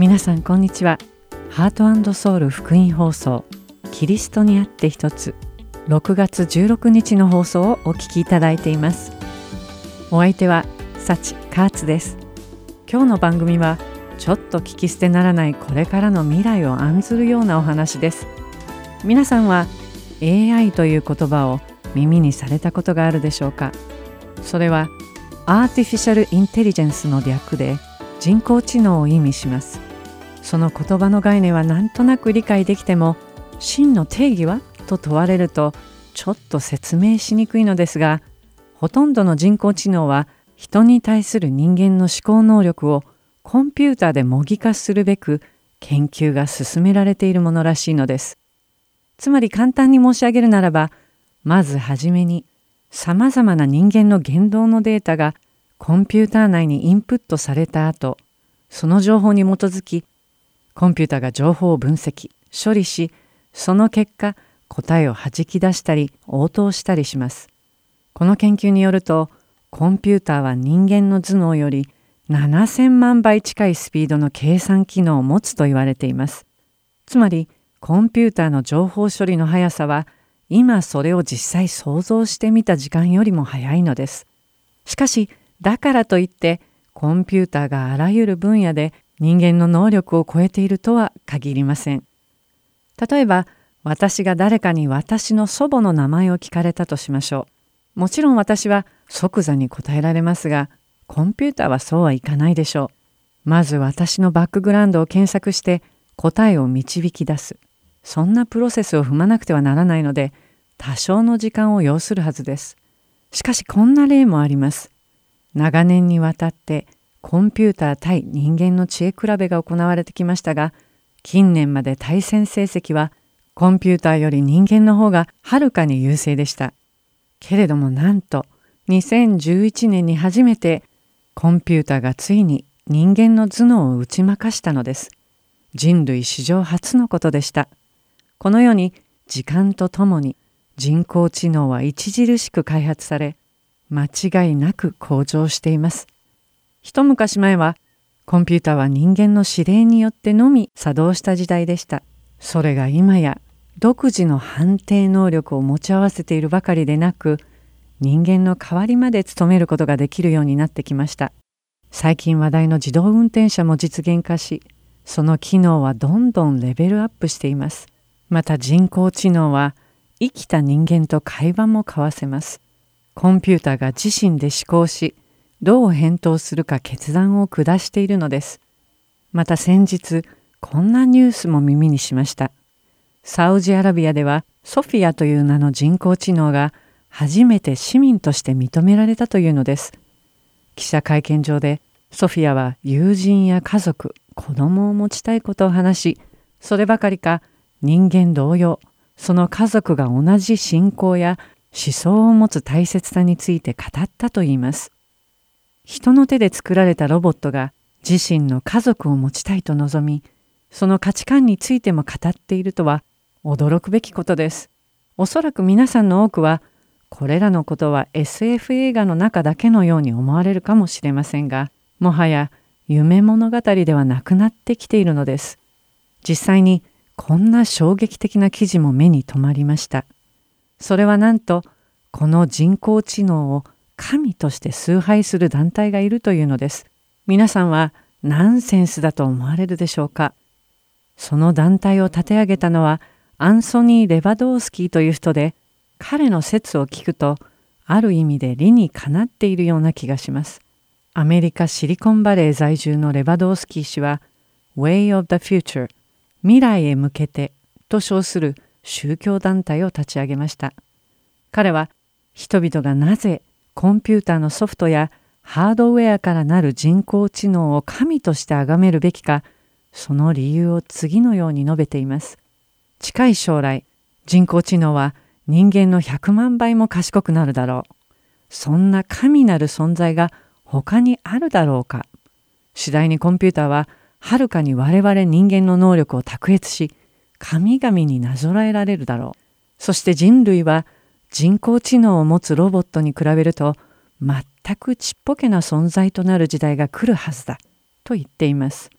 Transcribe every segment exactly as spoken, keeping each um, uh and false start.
皆さんこんにちは。ハート&ソウル福音放送、キリストにあって一つ、ろくがつじゅうろくにちの放送をお聞きいただいています。お相手はサチカーツです。今日の番組はちょっと聞き捨てならないこれからの未来を案ずるようなお話です。皆さんは エーアイ という言葉を耳にされたことがあるでしょうか。それはアーティフィシャルインテリジェンスの略で人工知能を意味します。その言葉の概念はなんとなく理解できても、真の定義はと問われるとちょっと説明しにくいのですが、ほとんどの人工知能は人に対する人間の思考能力をコンピューターで模擬化するべく研究が進められているものらしいのです。つまり簡単に申し上げるならば、まずはじめにさまざまな人間の言動のデータがコンピューター内にインプットされた後、その情報に基づきコンピューターが情報を分析、処理し、その結果答えを弾き出したり応答したりします。この研究によると、コンピューターは人間の頭脳よりななせんまんばい近いスピードの計算機能を持つと言われています。つまりコンピューターの情報処理の速さは、今それを実際想像してみた時間よりも速いのです。しかしだからといってコンピューターがあらゆる分野で人間の能力を超えているとは限りません。例えば私が誰かに私の祖母の名前を聞かれたとしましょう。もちろん私は即座に答えられますが、コンピューターはそうはいかないでしょう。まず私のバックグラウンドを検索して答えを導き出す。そんなプロセスを踏まなくてはならないので、多少の時間を要するはずです。しかしこんな例もあります。長年にわたってコンピューター対人間の知恵比べが行われてきましたが、近年まで対戦成績はコンピューターより人間の方がはるかに優勢でした。けれどもなんとにせんじゅういちねんに初めてコンピューターがついに人間の頭脳を打ち負かしたのです。人類史上初のことでした。このように時間とともに人工知能は著しく開発され、間違いなく向上しています。一昔前はコンピューターは人間の指令によってのみ作動した時代でした。それが今や独自の判定能力を持ち合わせているばかりでなく、人間の代わりまで務めることができるようになってきました。最近話題の自動運転車も実現化し、その機能はどんどんレベルアップしています。また人工知能は生きた人間と会話も交わせます。コンピューターが自身で思考し、どう返答するか決断を下しているのです。また先日、こんなニュースも耳にしました。サウジアラビアではソフィアという名の人工知能が初めて市民として認められたというのです。記者会見場でソフィアは友人や家族、子供を持ちたいことを話し、そればかりか人間同様、その家族が同じ信仰や思想を持つ大切さについて語ったといいます。人の手で作られたロボットが自身の家族を持ちたいと望み、その価値観についても語っているとは驚くべきことです。おそらく皆さんの多くは、これらのことは エスエフ 映画の中だけのように思われるかもしれませんが、もはや夢物語ではなくなってきているのです。実際にこんな衝撃的な記事も目に留まりました。それはなんと、この人工知能を神として崇拝する団体がいるというのです。皆さんはナンセンスだと思われるでしょうか。その団体を立て上げたのはアンソニー・レバドースキーという人で、彼の説を聞くとある意味で理にかなっているような気がします。アメリカシリコンバレー在住のレバドースキー氏は Way of the Future 未来へ向けてと称する宗教団体を立ち上げました。彼は人々がなぜコンピューターのソフトやハードウェアからなる人工知能を神として崇めるべきか、その理由を次のように述べています。近い将来、人工知能は人間のひゃくまんばいも賢くなるだろう。そんな神なる存在が他にあるだろうか。次第にコンピューターははるかに我々人間の能力を卓越し、神々になぞらえられるだろう。そして人類は人工知能を持つロボットに比べると全くちっぽけな存在となる時代が来るはずだと言っています。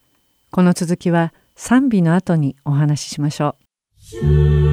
この続きは賛美の後にお話ししましょう。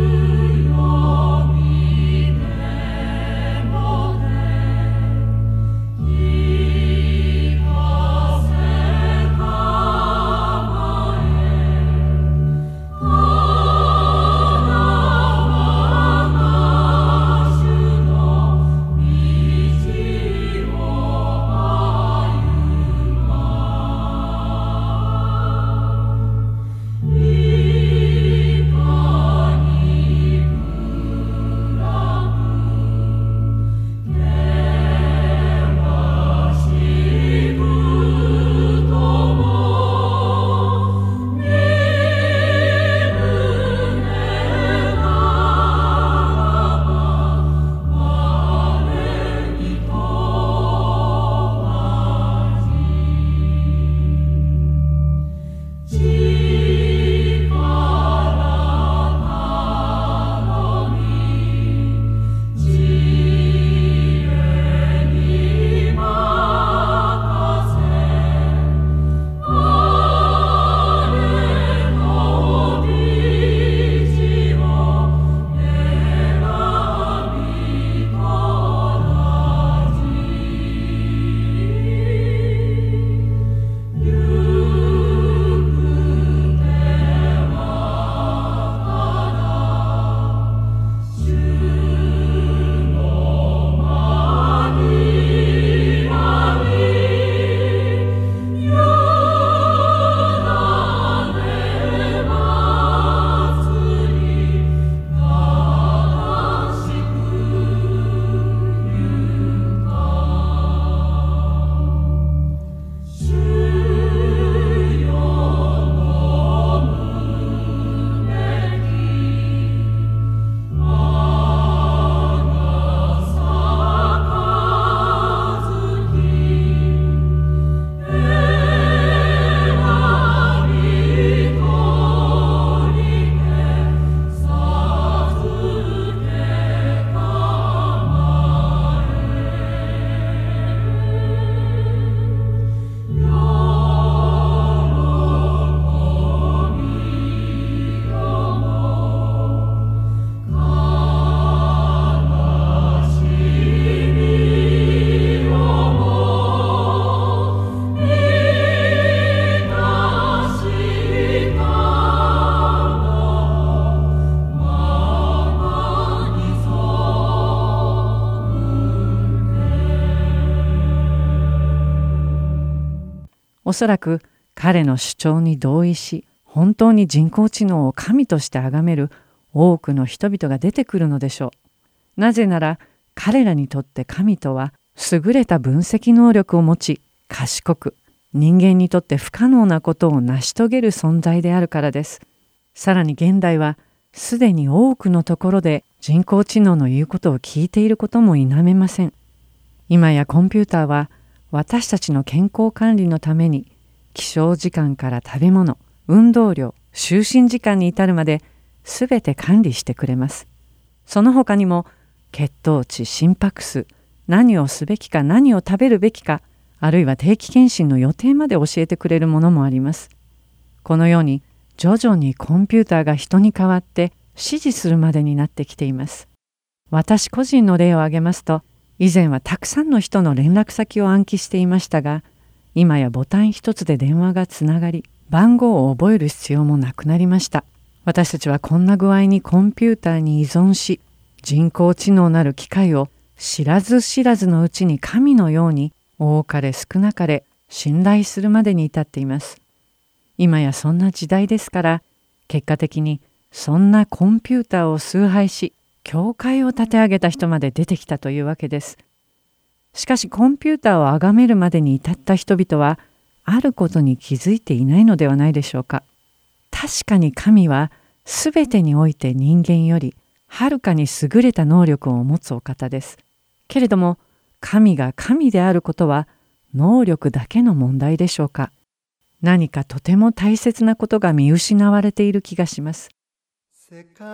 おそらく彼の主張に同意し、本当に人工知能を神として崇める多くの人々が出てくるのでしょう。なぜなら彼らにとって神とは優れた分析能力を持ち、賢く、人間にとって不可能なことを成し遂げる存在であるからです。さらに現代はすでに多くのところで人工知能の言うことを聞いていることも否めません。今やコンピューターは私たちの健康管理のために起床時間から食べ物、運動量、就寝時間に至るまで全て管理してくれます。その他にも血糖値、心拍数、何をすべきか何を食べるべきか、あるいは定期検診の予定まで教えてくれるものもあります。このように徐々にコンピューターが人に代わって指示するまでになってきています。私個人の例を挙げますと、以前はたくさんの人の連絡先を暗記していましたが、今やボタン一つで電話がつながり、番号を覚える必要もなくなりました。私たちはこんな具合にコンピューターに依存し、人工知能なる機械を知らず知らずのうちに神のように多かれ少なかれ信頼するまでに至っています。今やそんな時代ですから、結果的にそんなコンピューターを崇拝し、教会を立て上げた人まで出てきたというわけです。しかしコンピューターを崇めるまでに至った人々は、あることに気づいていないのではないでしょうか。確かに神はすべてにおいて人間よりはるかに優れた能力を持つお方です。けれども、神が神であることは能力だけの問題でしょうか。何かとても大切なことが見失われている気がします。 世界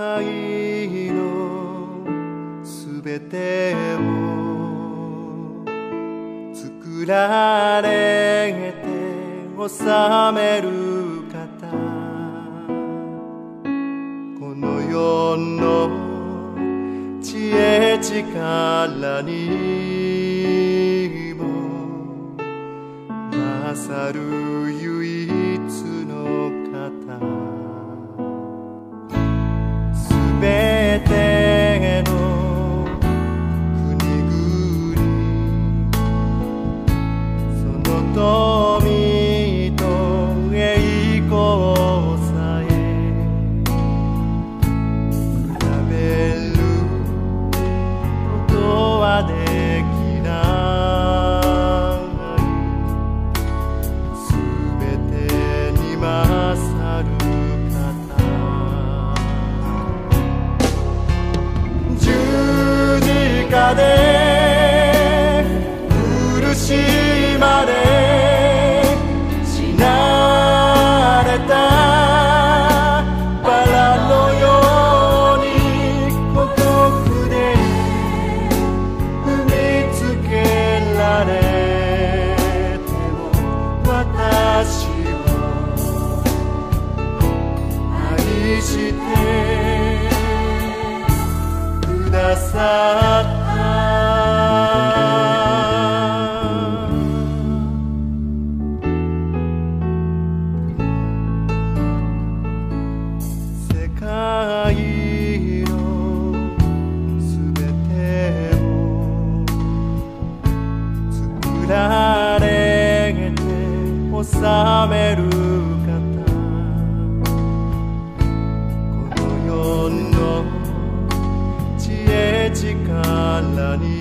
のすべてを作られて治める方、この世の知恵力にも勝る唯一の方、すべての国々その富と栄光さえ比べることはできないすべてに勝る方、十字架で苦しまれ死なれたバラのように孤独で踏みつけられても私を愛してくださった世界のすべてを作られて治める方、この世の知恵力に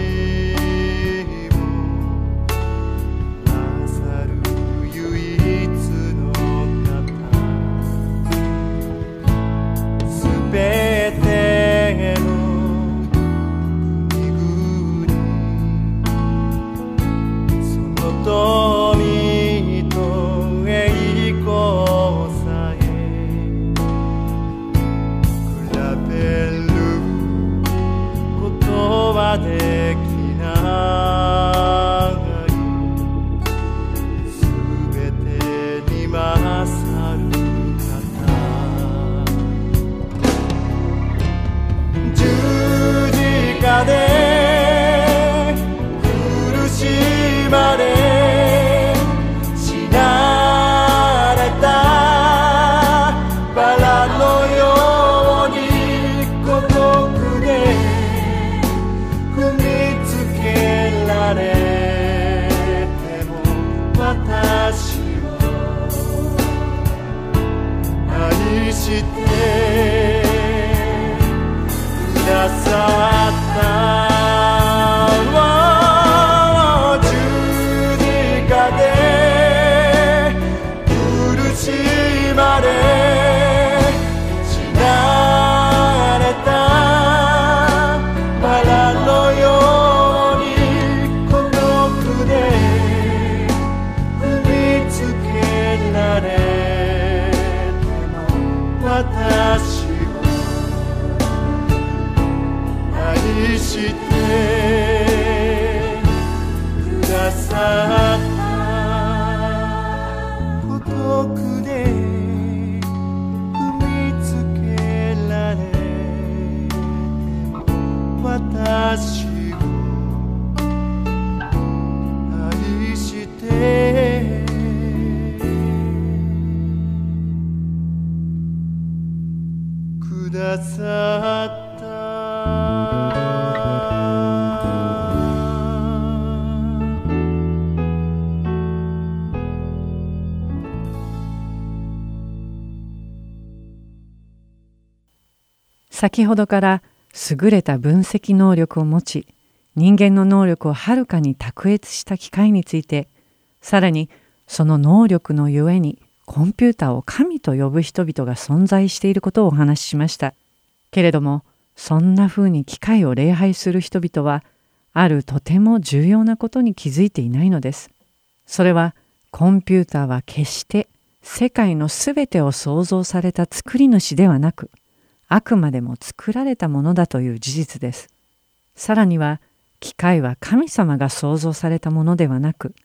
も勝る唯一の方、すべての国々その富と栄光さえ比べることはできないすべてに勝る方、十字架で苦しまれ死なれたバラのように孤独で踏みつけられても私を愛してくださった十字架で苦しまれ死なれたバラのように孤独で踏みつけられても私を愛してくださった孤独で踏みつけられても私を愛してくださった先ほどから優れた分析能力を持ち、人間の能力をはるかに卓越した機械について、さらにその能力のゆえにコンピューターを神と呼ぶ人々が存在していることをお話ししました。けれども、そんな風に機械を礼拝する人々は、あるとても重要なことに気づいていないのです。それは、コンピューターは決して世界のすべてを創造された作り主ではなく、あくまでも作られたものだという事実です。さらには、機械は神様が創造されたものではなく、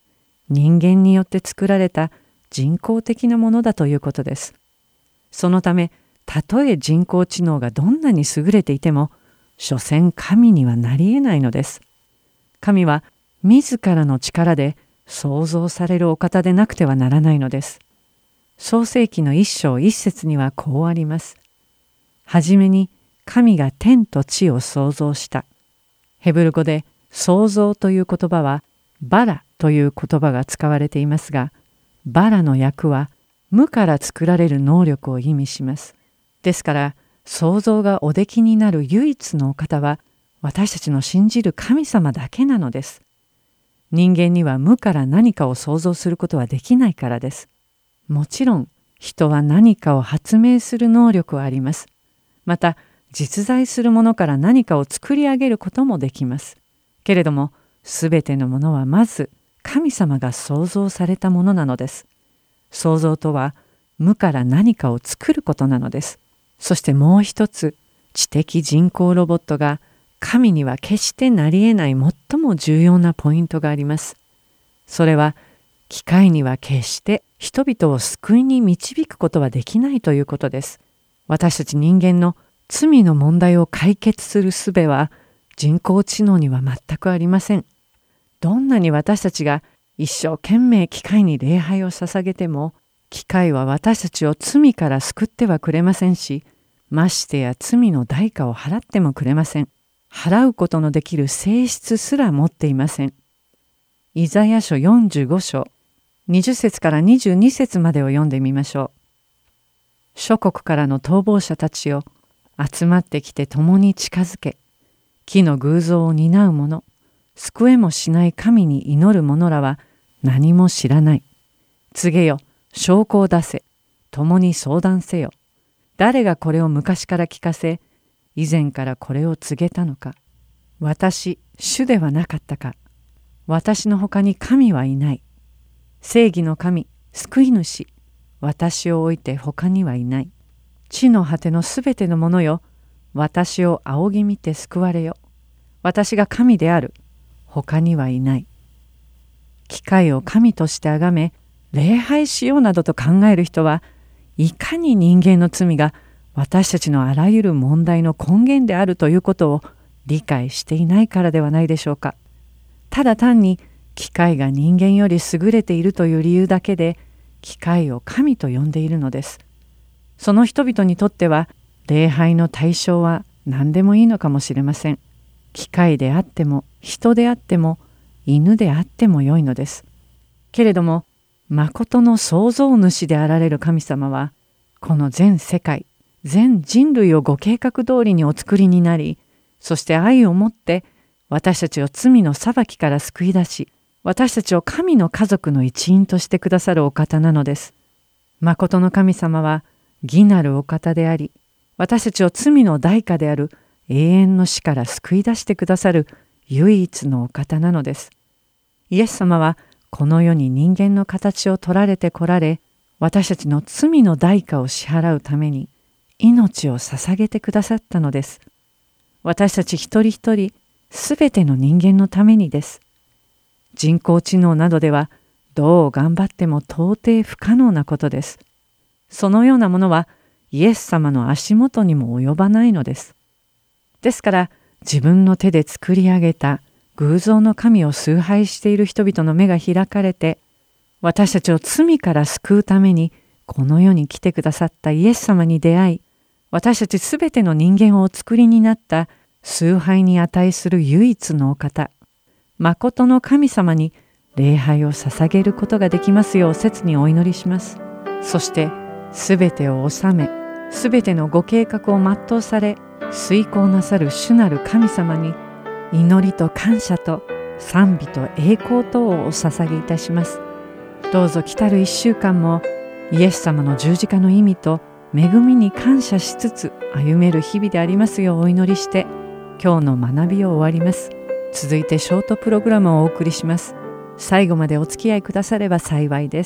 人間によって作られた人工的なものだということです。そのため、たとえ人工知能がどんなに優れていても、所詮神にはなり得ないのです。神は自らの力で創造されるお方でなくてはならないのです。創世記の一章一節にはこうあります。はじめに神が天と地を創造した。ヘブル語で創造という言葉はバラという言葉が使われていますが、バラの訳は無から作られる能力を意味します。ですから創造がおできになる唯一のお方は私たちの信じる神様だけなのです。人間には無から何かを創造することはできないからです。もちろん人は何かを発明する能力はあります。また実在するものから何かを作り上げることもできます。けれどもすべてのものはまず神様が創造されたものなのです。創造とは無から何かを作ることなのです。そしてもう一つ、知的人工ロボットが神には決してなり得ない最も重要なポイントがあります。それは機械には決して人々を救いに導くことはできないということです。私たち人間の罪の問題を解決する術は人工知能には全くありません。どんなに私たちが一生懸命機械に礼拝を捧げても、機械は私たちを罪から救ってはくれませんし、ましてや罪の代価を払ってもくれません。払うことのできる性質すら持っていません。イザヤ書よんじゅうご章、にじゅっ節からにじゅうに節までを読んでみましょう。諸国からの逃亡者たちよ、集まってきて共に近づけ、木の偶像を担う者、救えもしない神に祈る者らは何も知らない。告げよ、証拠を出せ、共に相談せよ。誰がこれを昔から聞かせ、以前からこれを告げたのか。私、主ではなかったか。私の他に神はいない。正義の神、救い主、私を置いて他にはいない。地の果てのすべてのものよ、私を仰ぎ見て救われよ。私が神である。他にはいない。機械を神として崇め、礼拝しようなどと考える人は、いかに人間の罪が私たちのあらゆる問題の根源であるということを理解していないからではないでしょうか。ただ単に機械が人間より優れているという理由だけで、機械を神と呼んでいるのです。その人々にとっては、礼拝の対象は何でもいいのかもしれません。機械であっても、人であっても、犬であってもよいのです。けれども、誠の創造主であられる神様は、この全世界、全人類をご計画通りにお作りになり、そして愛をもって私たちを罪の裁きから救い出し、私たちを神の家族の一員としてくださるお方なのです。誠の神様は義なるお方であり、私たちを罪の代価である永遠の死から救い出してくださる唯一のお方なのです。イエス様はこの世に人間の形を取られてこられ、私たちの罪の代価を支払うために命を捧げてくださったのです。私たち一人一人、すべての人間のためにです。人工知能などではどう頑張っても到底不可能なことです。そのようなものはイエス様の足元にも及ばないのです。ですから自分の手で作り上げた偶像の神を崇拝している人々の目が開かれて、私たちを罪から救うためにこの世に来てくださったイエス様に出会い、私たちすべての人間をお作りになった崇拝に値する唯一のお方、誠の神様に礼拝を捧げることができますよう切にお祈りします。そしてすべてを治め、すべてのご計画を全うされ、遂行なさる主なる神様に祈りと感謝と賛美と栄光とをお捧げいたします。どうぞ来たる一週間もイエス様の十字架の意味と恵みに感謝しつつ歩める日々でありますようお祈りして、今日の学びを終わります。続いてショートプログラムをお送りします。最後までお付き合いくだされば幸いです。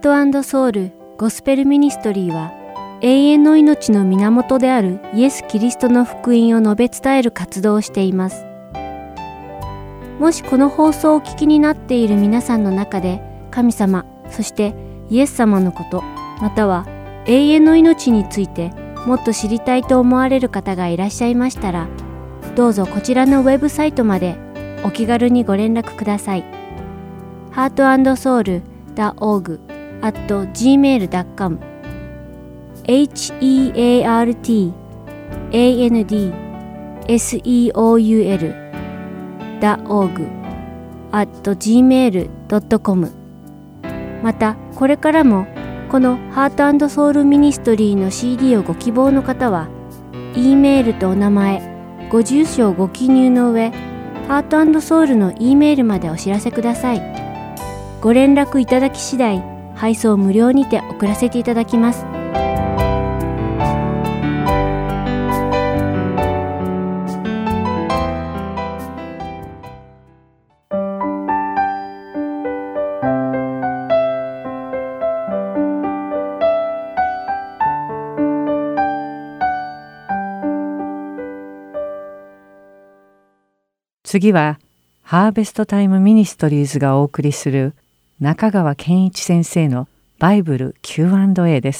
ート&ソウルゴスペルミニストリーは、永遠の命の源であるイエス・キリストの福音を述べ伝える活動をしています。もしこの放送をお聞きになっている皆さんの中で、神様、そしてイエス様のこと、または永遠の命についてもっと知りたいと思われる方がいらっしゃいましたら、どうぞこちらのウェブサイトまでお気軽にご連絡ください。ハートアンドソウルドットオーグ アット ジーメール ドットコム ヘーアールティーエーエヌディーエスイーオーユーエル ドットオーグ アット ジーメール ドットコム。 またこれからもこのハート&ソウルミニストリーの シーディー をご希望の方は、E メールとお名前、ご住所をご記入の上、ハート&ソウルの E メールまでお知らせください。ご連絡いただき次第、配送無料にて送らせていただきます。 次はハーベストタイムミニストリーズがお送りする中川健一先生のバイブル キューアンドエー です。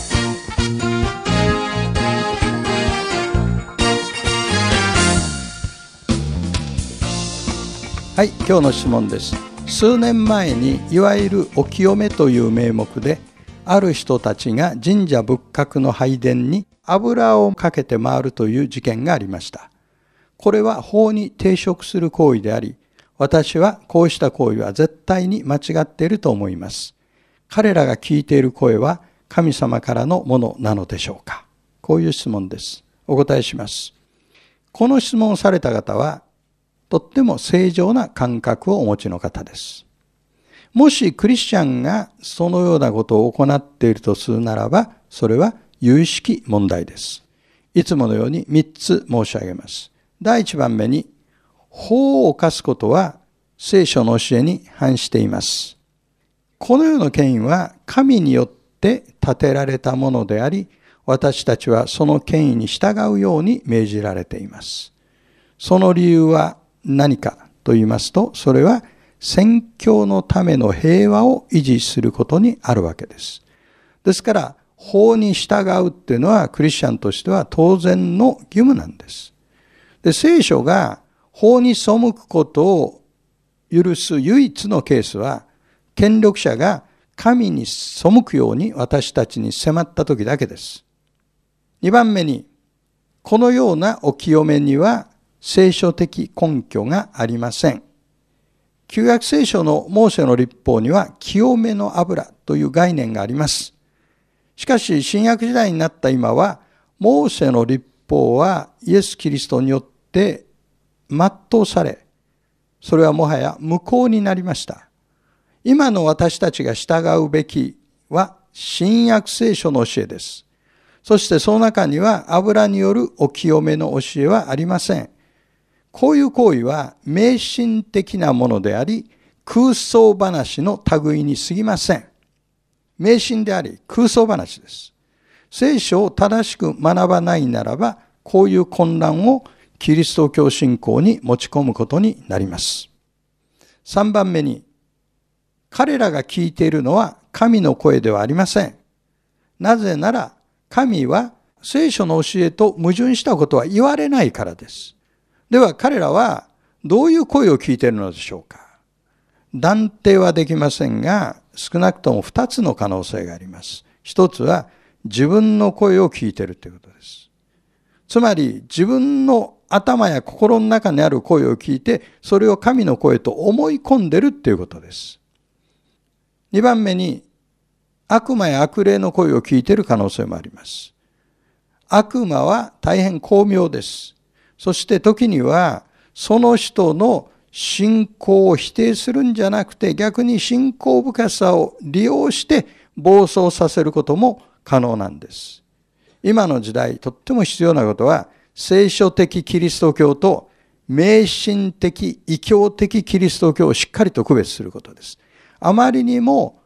はい、今日の質問です。数年前にいわゆるお清めという名目で、ある人たちが神社仏閣の拝殿に油をかけて回るという事件がありました。これは法に抵触する行為であり、私はこうした行為は絶対に間違っていると思います。彼らが聞いている声は神様からのものなのでしょうか。こういう質問です。お答えします。この質問をされた方は、とっても正常な感覚をお持ちの方です。もしクリスチャンがそのようなことを行っているとするならば、それは有意識問題です。いつものようにみっつ申し上げます。第一番目に、法を犯すことは聖書の教えに反しています。この世の権威は神によって立てられたものであり、私たちはその権威に従うように命じられています。その理由は何かと言いますと、それは宣教のための平和を維持することにあるわけです。ですから、法に従うっていうのはクリスチャンとしては当然の義務なんです。で、聖書が法に背くことを許す唯一のケースは、権力者が神に背くように私たちに迫った時だけです。にばんめに、このようなお清めには聖書的根拠がありません。旧約聖書のモーセの律法には清めの油という概念があります。しかし新約時代になった今は、モーセの律法はイエス・キリストによってで全うされ、それはもはや無効になりました。今の私たちが従うべきは新約聖書の教えです。そしてその中には油によるお清めの教えはありません。こういう行為は迷信的なものであり、空想話の類に過ぎません。迷信であり空想話です。聖書を正しく学ばないならば、こういう混乱をキリスト教信仰に持ち込むことになります。さんばんめに、彼らが聞いているのは神の声ではありません。なぜなら、神は聖書の教えと矛盾したことは言われないからです。では彼らはどういう声を聞いているのでしょうか。断定はできませんが、少なくともふたつの可能性があります。一つは自分の声を聞いているということです。つまり自分の頭や心の中にある声を聞いて、それを神の声と思い込んでいるということです。にばんめに、悪魔や悪霊の声を聞いている可能性もあります。悪魔は大変巧妙です。そして時にはその人の信仰を否定するんじゃなくて、逆に信仰深さを利用して暴走させることも可能なんです。今の時代、とっても必要なことは、聖書的キリスト教と迷信的異教的キリスト教をしっかりと区別することです。あまりにも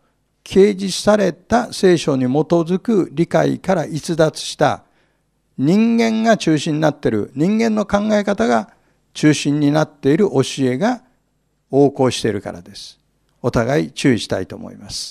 掲示された聖書に基づく理解から逸脱した人間が中心になっている、人間の考え方が中心になっている教えが横行しているからです。お互い注意したいと思います。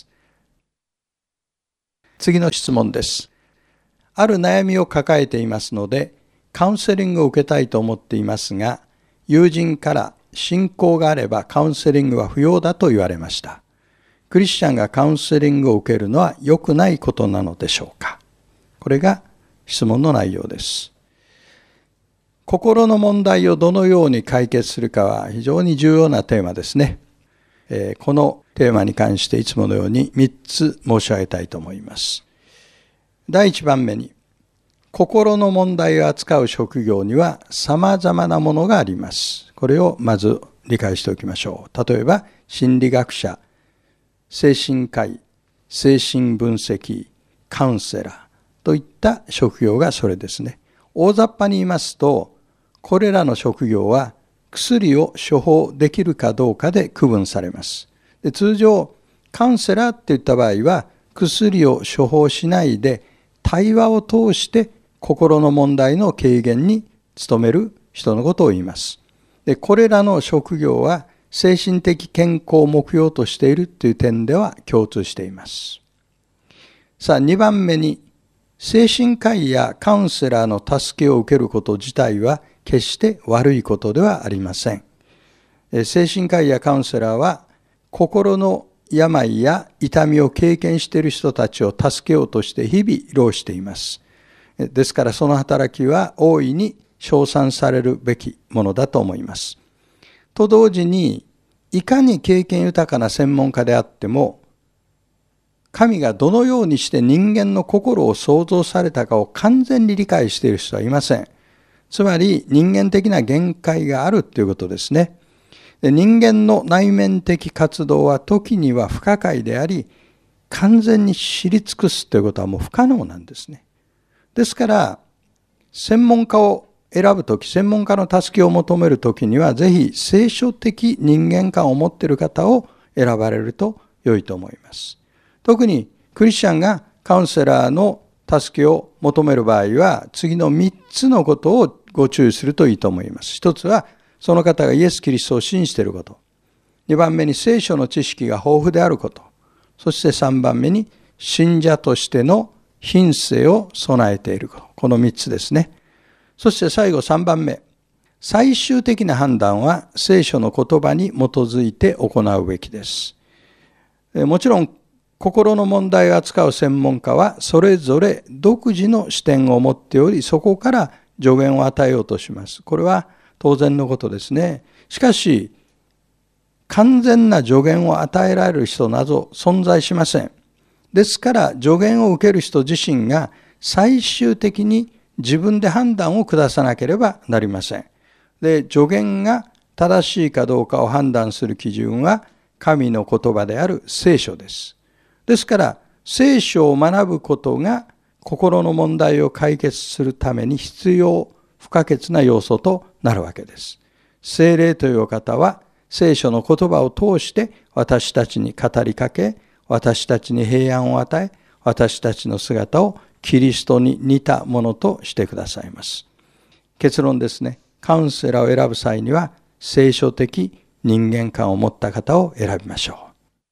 次の質問です。ある悩みを抱えていますので、カウンセリングを受けたいと思っていますが、友人から信仰があればカウンセリングは不要だと言われました。クリスチャンがカウンセリングを受けるのは良くないことなのでしょうか。これが質問の内容です。心の問題をどのように解決するかは非常に重要なテーマですね。えー、このテーマに関していつものようにみっつ申し上げたいと思います。第一番目に、心の問題を扱う職業には様々なものがあります。これをまず理解しておきましょう。例えば、心理学者、精神科医、精神分析、カウンセラーといった職業がそれですね。大雑把に言いますと、これらの職業は薬を処方できるかどうかで区分されます。で、通常、カウンセラーっていった場合は、薬を処方しないで、対話を通して心の問題の軽減に努める人のことを言います。で、これらの職業は精神的健康を目標としているという点では共通しています。さあ、にばんめに、精神科医やカウンセラーの助けを受けること自体は決して悪いことではありません。精神科医やカウンセラーは心の病や痛みを経験している人たちを助けようとして日々労しています。ですからその働きは大いに称賛されるべきものだと思います。と同時に、いかに経験豊かな専門家であっても、神がどのようにして人間の心を創造されたかを完全に理解している人はいません。つまり人間的な限界があるということですね。で、人間の内面的活動は時には不可解であり、完全に知り尽くすということはもう不可能なんですね。ですから、専門家を選ぶとき、専門家の助けを求めるときには、ぜひ聖書的人間観を持っている方を選ばれると良いと思います。特にクリスチャンがカウンセラーの助けを求める場合は、次のみっつのことをご注意するといいと思います。一つは、その方がイエス・キリストを信じていること。二番目に聖書の知識が豊富であること。そして三番目に信者としての品性を備えていること。この三つですね。そして最後三番目。最終的な判断は聖書の言葉に基づいて行うべきです。もちろん、心の問題を扱う専門家はそれぞれ独自の視点を持っており、そこから助言を与えようとします。これは当然のことですね。しかし、完全な助言を与えられる人など存在しません。ですから、助言を受ける人自身が最終的に自分で判断を下さなければなりません。で、助言が正しいかどうかを判断する基準は神の言葉である聖書です。ですから、聖書を学ぶことが心の問題を解決するために必要不可欠な要素となるわけです。聖霊というお方は聖書の言葉を通して私たちに語りかけ、私たちに平安を与え、私たちの姿をキリストに似たものとしてくださいます。結論ですね。カウンセラーを選ぶ際には聖書的人間観を持った方を選びましょう。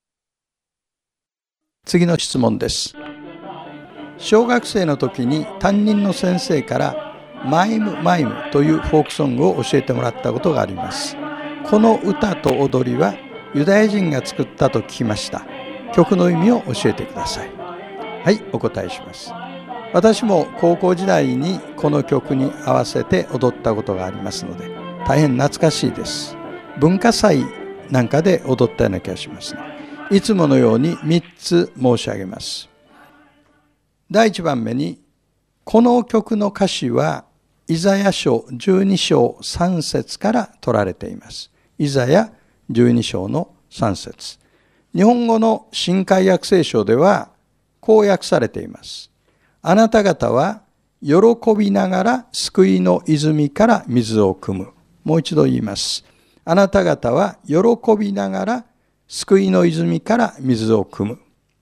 次の質問です。小学生の時に担任の先生からマイムマイムというフォークソングを教えてもらったことがあります。この歌と踊りはユダヤ人が作ったと聞きました。曲の意味を教えてください。はい、お答えします。私も高校時代にこの曲に合わせて踊ったことがありますので、大変懐かしいです。文化祭なんかで踊ったような気がしますね。いつものようにみっつ申し上げます。第一番目に、この曲の歌詞はイザヤ書じゅうに章さん節から取られています。イザヤじゅうに章のさん節。日本語の新海訳聖書ではこう訳されています。あなた方は喜びながら救いの泉から水を汲む。もう一度言います。あなた方は喜びながら救いの泉から水を汲む。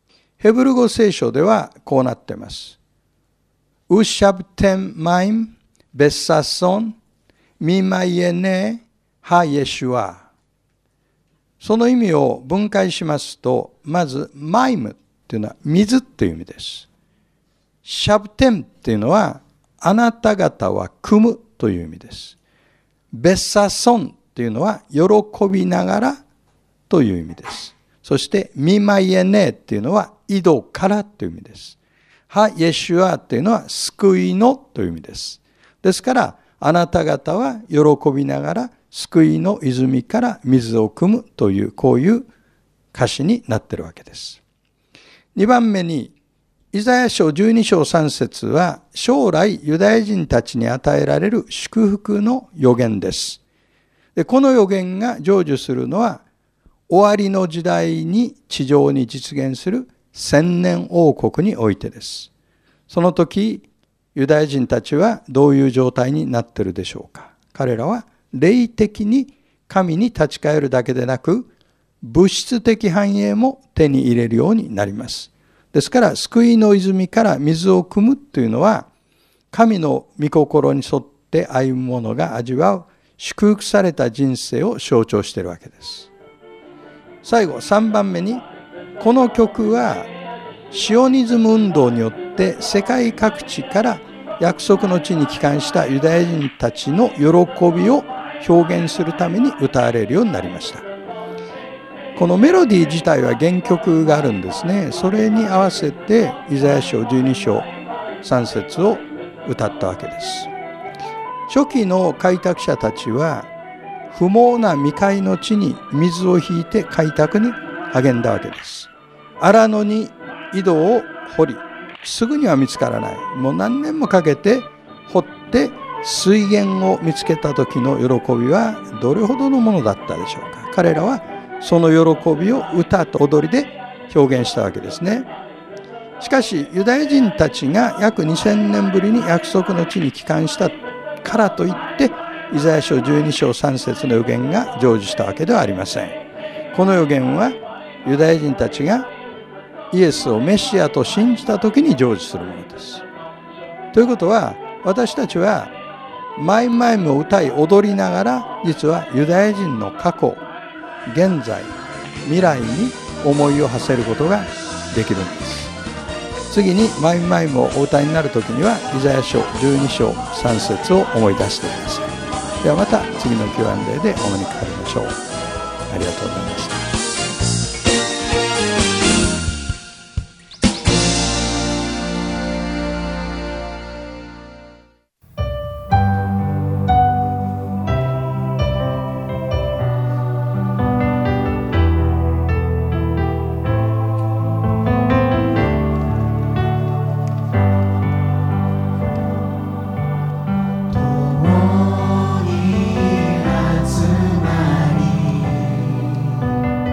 ヘブル語聖書ではこうなっています。ウシャブテンマイムベッサソンミマイエネハイエシュア。その意味を分解しますと、まずマイムっていうのは水っていう意味です。シャブテンっていうのはあなた方は汲むという意味です。ベッサソンっていうのは喜びながらという意味です。そしてミマイエネっていうのは井戸からという意味です。ハイエシュアっていうのは救いのという意味です。ですからあなた方は喜びながら救いの泉から水を汲むというこういう歌詞になっているわけです。にばんめにイザヤ書じゅうに章さん節は将来ユダヤ人たちに与えられる祝福の予言です。で、この予言が成就するのは終わりの時代に地上に実現する千年王国においてです。その時ユダヤ人たちはどういう状態になっているでしょうか。彼らは霊的に神に立ち返るだけでなく、物質的繁栄も手に入れるようになります。ですから、救いの泉から水を汲むというのは、神の御心に沿って歩む者が味わう祝福された人生を象徴しているわけです。最後、さんばんめに、この曲はシオニズム運動によって世界各地から約束の地に帰還したユダヤ人たちの喜びを表現するために歌われるようになりました。このメロディー自体は原曲があるんですね。それに合わせてイザヤ書じゅうに章さん節を歌ったわけです。初期の開拓者たちは不毛な未開の地に水を引いて開拓に励んだわけです。荒野に井戸を掘り、すぐには見つからない。もう何年もかけて掘って水源を見つけた時の喜びはどれほどのものだったでしょうか。彼らはその喜びを歌と踊りで表現したわけですね。しかしユダヤ人たちが約にせんねんぶりに約束の地に帰還したからといってイザヤ書じゅうに章さん節の予言が成就したわけではありません。この予言はユダヤ人たちがイエスをメシアと信じた時に成就するものです。ということは私たちはマイマイムを歌い踊りながら実はユダヤ人の過去、現在、未来に思いを馳せることができるんです。次にマイマイムをお歌いになるときにはイザヤ書じゅうに章さん節を思い出してください。ではまた次の キューアンドエー でお目にかかりましょう。ありがとうございました。 共に集まり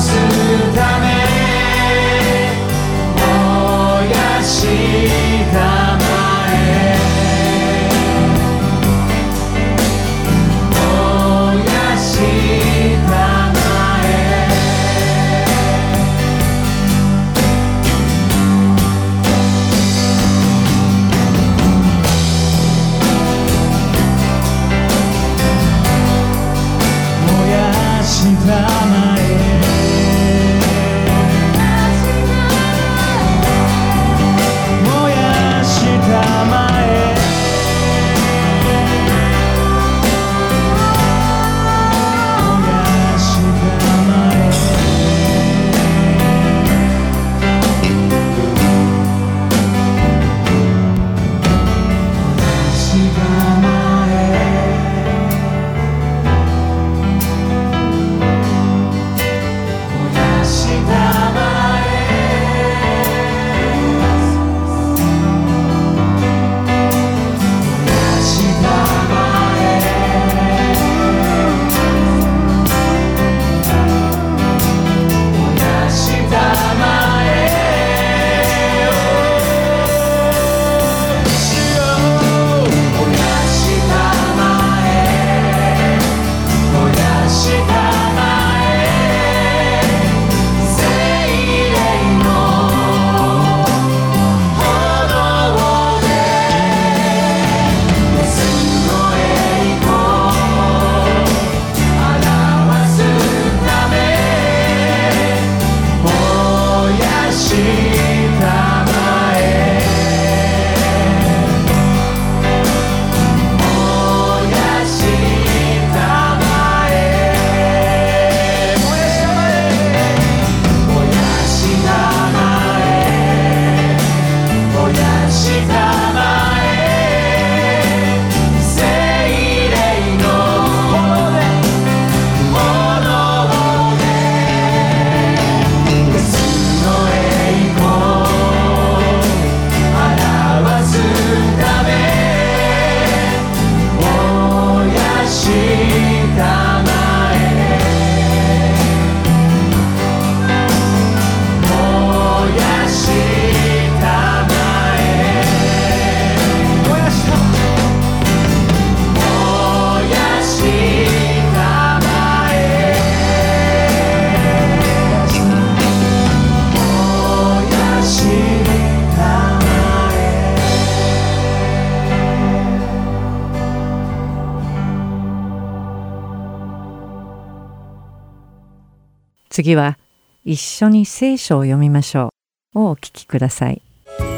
次は一緒に聖書を読みましょうをお聞きください。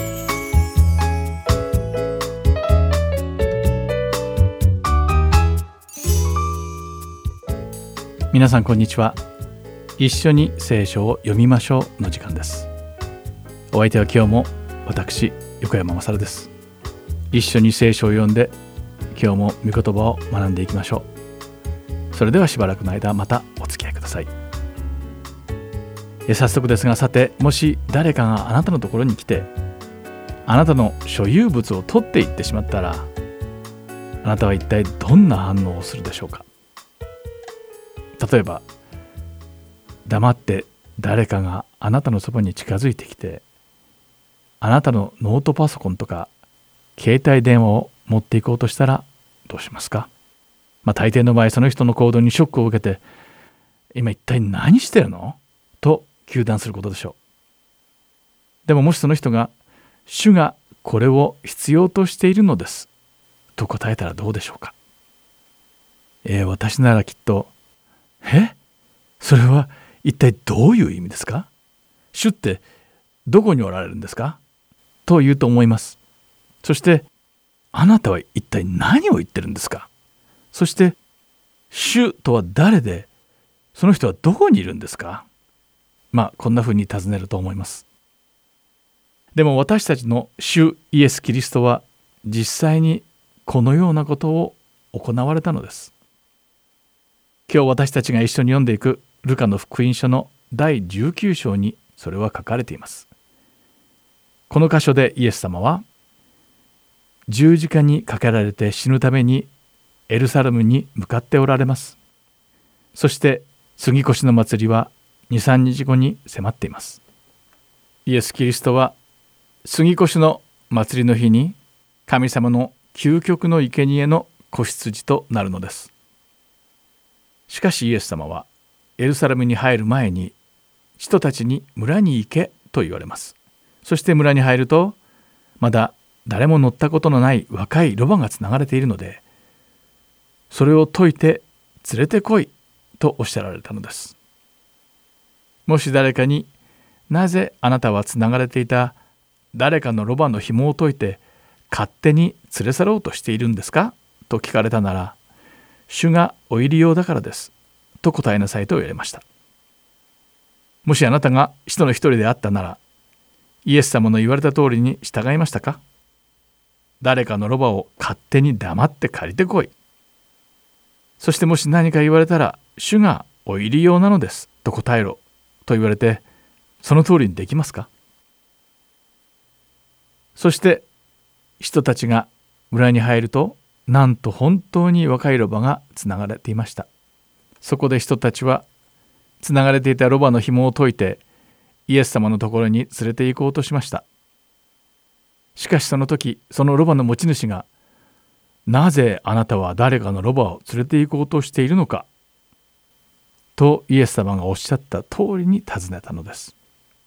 皆さんこんにちは。一緒に聖書を読みましょうの時間です。お相手は今日も私横山勝です。一緒に聖書を読んで今日も御言葉を学んでいきましょう。それではしばらくの間またお付き合いください。え早速ですが、さて、もし誰かがあなたのところに来てあなたの所有物を取っていってしまったら、あなたは一体どんな反応をするでしょうか。例えば黙って誰かがあなたのそばに近づいてきて、あなたのノートパソコンとか携帯電話を持っていこうとしたらどうしますか。まあ大抵の場合、その人の行動にショックを受けて、今一体何してるのと糾弾することでしょう。でももしその人が主がこれを必要としているのですと答えたらどうでしょうか。えー、私ならきっとえそれは一体どういう意味ですか。主ってどこにおられるんですかと言うと思います。そしてあなたは一体何を言ってるんですか。そして主とは誰で、その人はどこにいるんですか。まあこんなふうに尋ねると思います。でも私たちの主イエス・キリストは実際にこのようなことを行われたのです。今日私たちが一緒に読んでいくルカの福音書のだいじゅうきゅう章にそれは書かれています。この箇所でイエス様は十字架にかけられて死ぬためにエルサレムに向かっておられます。そして杉越の祭りはに、さんにちごに迫っています。イエス・キリストは杉越の祭りの日に神様の究極の生贄の子羊となるのです。しかしイエス様はエルサレムに入る前に人たちに村に行けと言われます。そして村に入るとまだ誰も乗ったことのない若いロバがつながれているので、それを解いて連れてこいとおっしゃられたのです。もし誰かに、なぜあなたはつながれていた誰かのロバの紐を解いて勝手に連れ去ろうとしているんですかと聞かれたなら、主がお入り用だからですと答えなさいと言われました。もしあなたが使徒の一人であったなら、イエス様の言われた通りに従いましたか？誰かのロバを勝手に黙って借りてこい。そしてもし何か言われたら、主がお入り用なのですと答えろと言われて、その通りにできますか？そして人たちが村に入ると、なんと本当に若いロバがつながれていました。そこで人たちはつながれていたロバの紐を解いてイエス様のところに連れて行こうとしました。しかしその時、そのロバの持ち主が、なぜあなたは誰かのロバを連れて行こうとしているのかとイエス様がおっしゃった通りに尋ねたのです。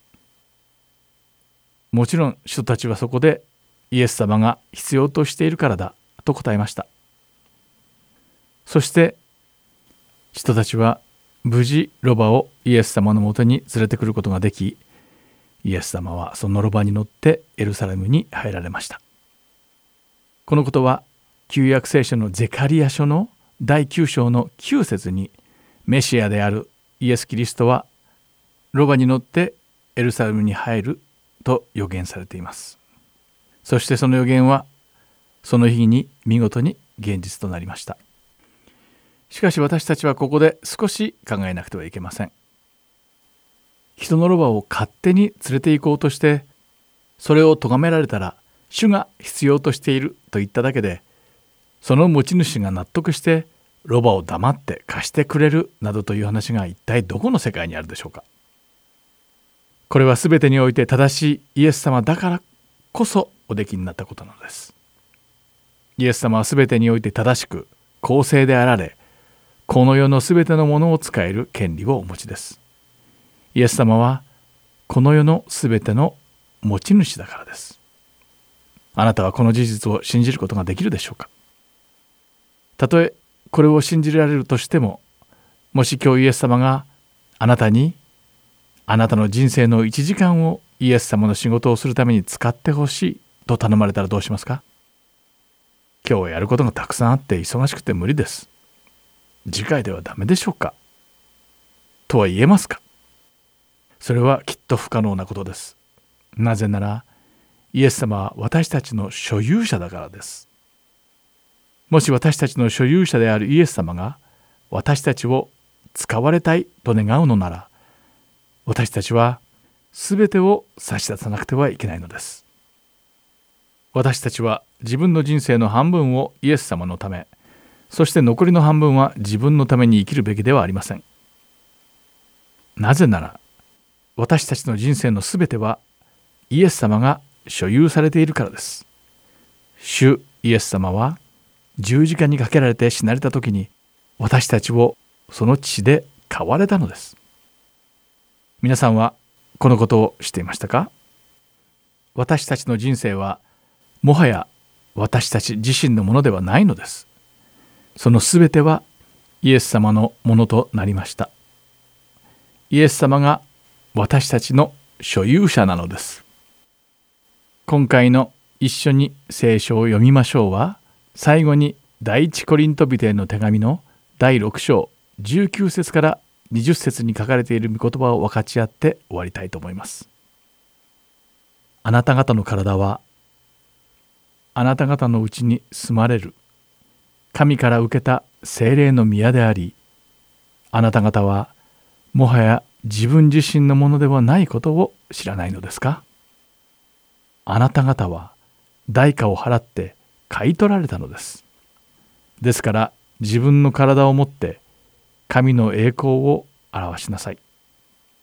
もちろん人たちはそこで、イエス様が必要としているからだと答えました。そして人たちは無事ロバをイエス様のもとに連れてくることができ、イエス様はそのロバに乗ってエルサレムに入られました。このことは旧約聖書のゼカリヤ書のだいきゅう章のきゅう節に、メシアであるイエス・キリストはロバに乗ってエルサレムに入ると予言されています。そしてその予言はその日に見事に現実となりました。しかし私たちはここで少し考えなくてはいけません。人のロバを勝手に連れて行こうとして、それを咎められたら、主が必要としていると言っただけで、その持ち主が納得してロバを黙って貸してくれるなどという話が一体どこの世界にあるでしょうか。これはすべてにおいて正しいイエス様だからこそおできになったことなのです。イエス様はすべてにおいて正しく公正であられ、この世のすべてのものを使える権利をお持ちです。イエス様はこの世のすべての持ち主だからです。あなたはこの事実を信じることができるでしょうか。たとえこれを信じられるとしても、もし今日イエス様があなたにあなたの人生のいちじかんをイエス様の仕事をするために使ってほしいと頼まれたらどうしますか？今日はやることがたくさんあって忙しくて無理です。次回ではダメでしょうかとは言えますか？それはきっと不可能なことです。なぜならイエス様は私たちの所有者だからです。もし私たちの所有者であるイエス様が私たちを使われたいと願うのなら、私たちはすべてを差し出さなくてはいけないのです。私たちは自分の人生の半分をイエス様のため、そして残りの半分は自分のために生きるべきではありません。なぜなら私たちの人生のすべてはイエス様が所有されているからです。主イエス様は十字架にかけられて死なれた時に、私たちをその血で買われたのです。皆さんはこのことを知っていましたか？私たちの人生はもはや私たち自身のものではないのです。そのすべてはイエス様のものとなりました。イエス様が私たちの所有者なのです。今回の一緒に聖書を読みましょうは、最後に第一コリント人への手紙のだいろく章じゅうきゅう節からにじゅっ節に書かれている御言葉を分かち合って終わりたいと思います。あなた方の体はあなた方のうちに住まれる神から受けた聖霊の宮であり、あなた方はもはや自分自身のものではないことを知らないのですか？あなた方は代価を払って買い取られたのです。ですから自分の体をもって神の栄光を表しなさい。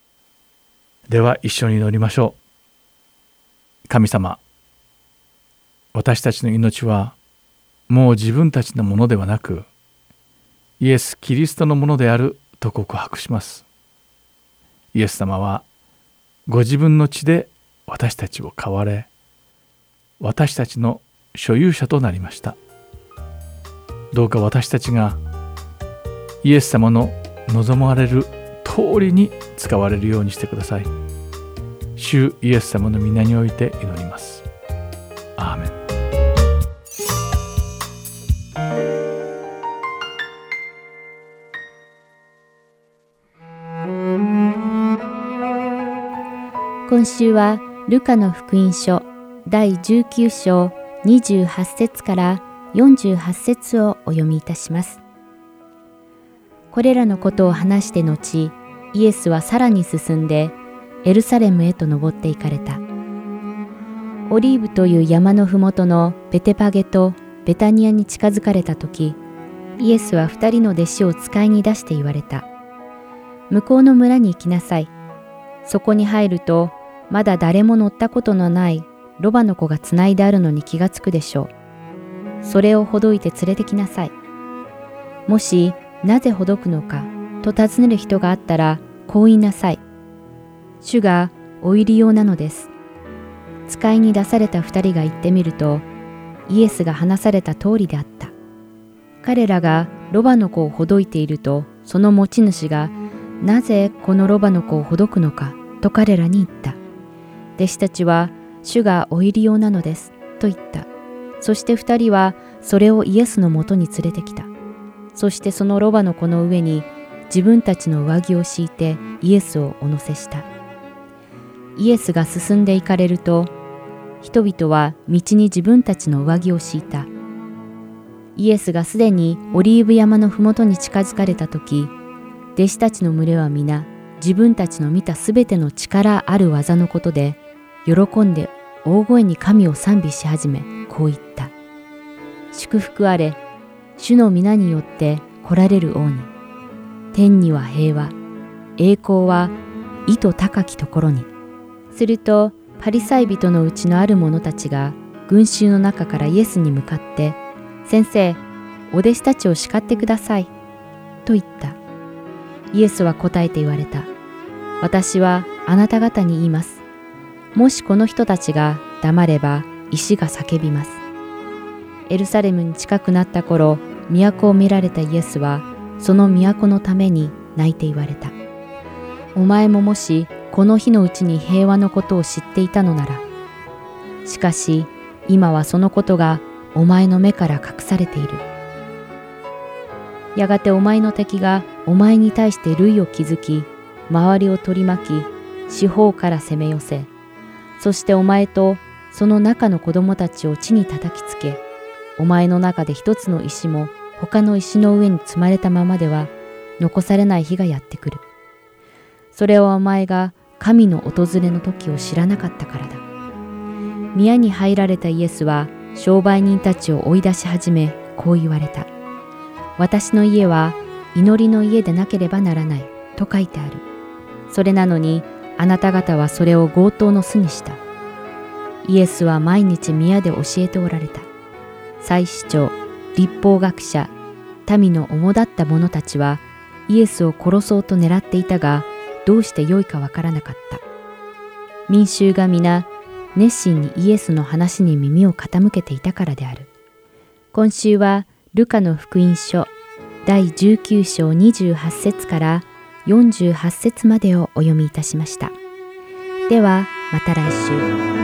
では一緒に祈りましょう。神様、私たちの命はもう自分たちのものではなく、イエス・キリストのものであると告白します。イエス様はご自分の血で私たちを買われ、私たちの所有者となりました。どうか私たちがイエス様の望まれる通りに使われるようにしてください。主イエス様の皆において祈ります。アーメン。 今週はルカの福音書だいじゅうきゅう章にじゅうはち節からよんじゅうはち節をお読みいたします。これらのことを話して後、イエスはさらに進んでエルサレムへと登って行かれた。オリーブという山のふもとのベテパゲとベタニアに近づかれた時、イエスは二人の弟子を使いに出して言われた。向こうの村に行きなさい。そこに入ると、まだ誰も乗ったことのないロバの子がつないであるのに気がつくでしょう。それをほどいて連れてきなさい。もし、なぜほどくのかと尋ねる人があったら、こう言いなさい。主がお入り用なのです。使いに出された二人が行ってみると、イエスが話された通りであった。彼らがロバの子をほどいていると、その持ち主が、なぜこのロバの子をほどくのかと彼らに言った。弟子たちは、主がお入り用なのです、と言った。そして二人は、それをイエスのもとに連れてきた。そしてそのロバの子の上に、自分たちの上着を敷いてイエスをお乗せした。イエスが進んで行かれると、人々は道に自分たちの上着を敷いた。イエスがすでにオリーブ山のふもとに近づかれたとき、弟子たちの群れは皆、自分たちの見たすべての力ある技のことで、喜んで大声に神を賛美し始め、こう言った。祝福あれ、主の皆によって来られる王に。天には平和、栄光は意図高きところに。すると、パリサイ人のうちのある者たちが、群衆の中からイエスに向かって、先生、お弟子たちを叱ってください、と言った。イエスは答えて言われた。私はあなた方に言います。もしこの人たちが黙れば石が叫びます。エルサレムに近くなった頃、都を見られたイエスは、その都のために泣いて言われた。お前ももしこの日のうちに平和のことを知っていたのなら、しかし今はそのことがお前の目から隠されている。やがてお前の敵がお前に対して塁を築き、周りを取り巻き、四方から攻め寄せ、そしてお前とその中の子供たちを地に叩きつけ、お前の中で一つの石も他の石の上に積まれたままでは残されない日がやってくる。それはお前が神の訪れの時を知らなかったからだ。宮に入られたイエスは商売人たちを追い出し始め、こう言われた。私の家は祈りの家でなければならないと書いてある。それなのにあなた方はそれを強盗の巣にした。イエスは毎日宮で教えておられた。祭司長、律法学者、民の主だった者たちはイエスを殺そうと狙っていたが、どうしてよいかわからなかった。民衆が皆熱心にイエスの話に耳を傾けていたからである。今週はルカの福音書だいじゅうきゅう章にじゅうはち節からよんじゅうはち節までをお読みいたしました。ではまた来週。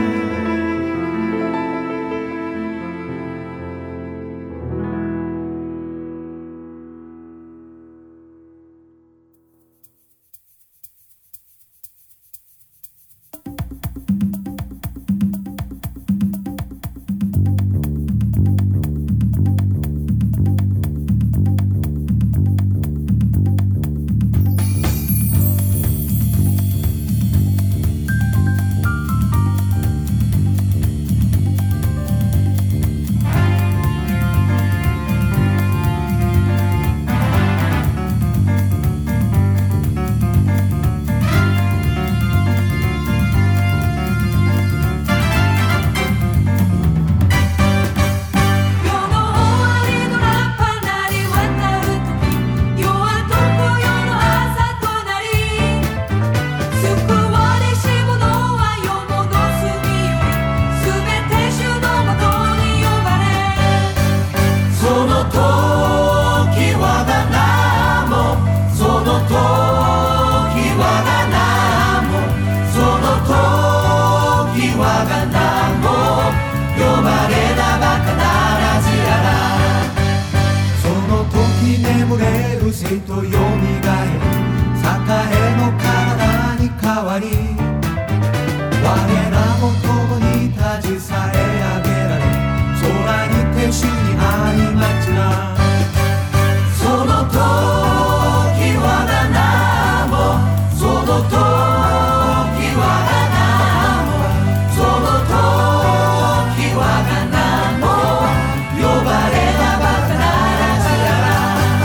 いとよみがえり、栄の体に変わり、我らも共に立ち去え上げられ、空にて主に会いまちな。その時は七も、その時は七も、その時は七も、呼ばれなばかならずやら。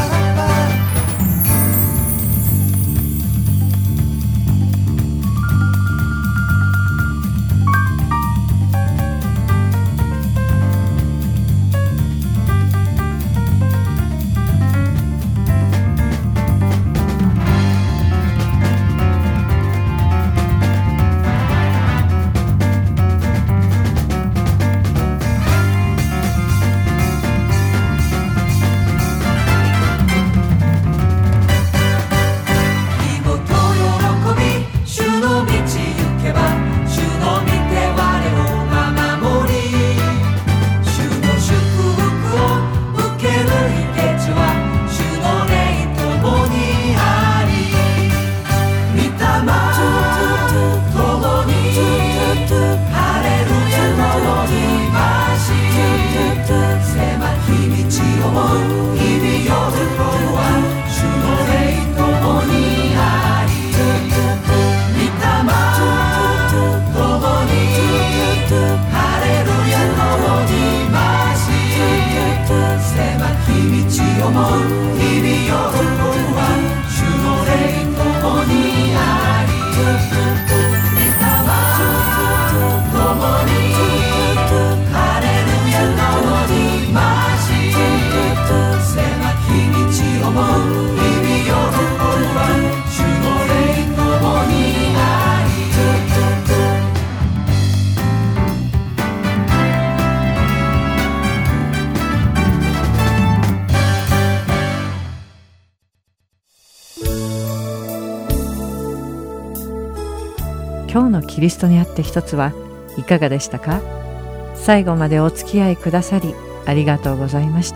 今日のキリストにあって一つはいかがでしたか？最後までお付き合いくださりありがとうございました。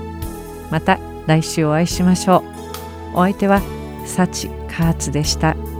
また来週お会いしましょう。お相手は幸カーツでした。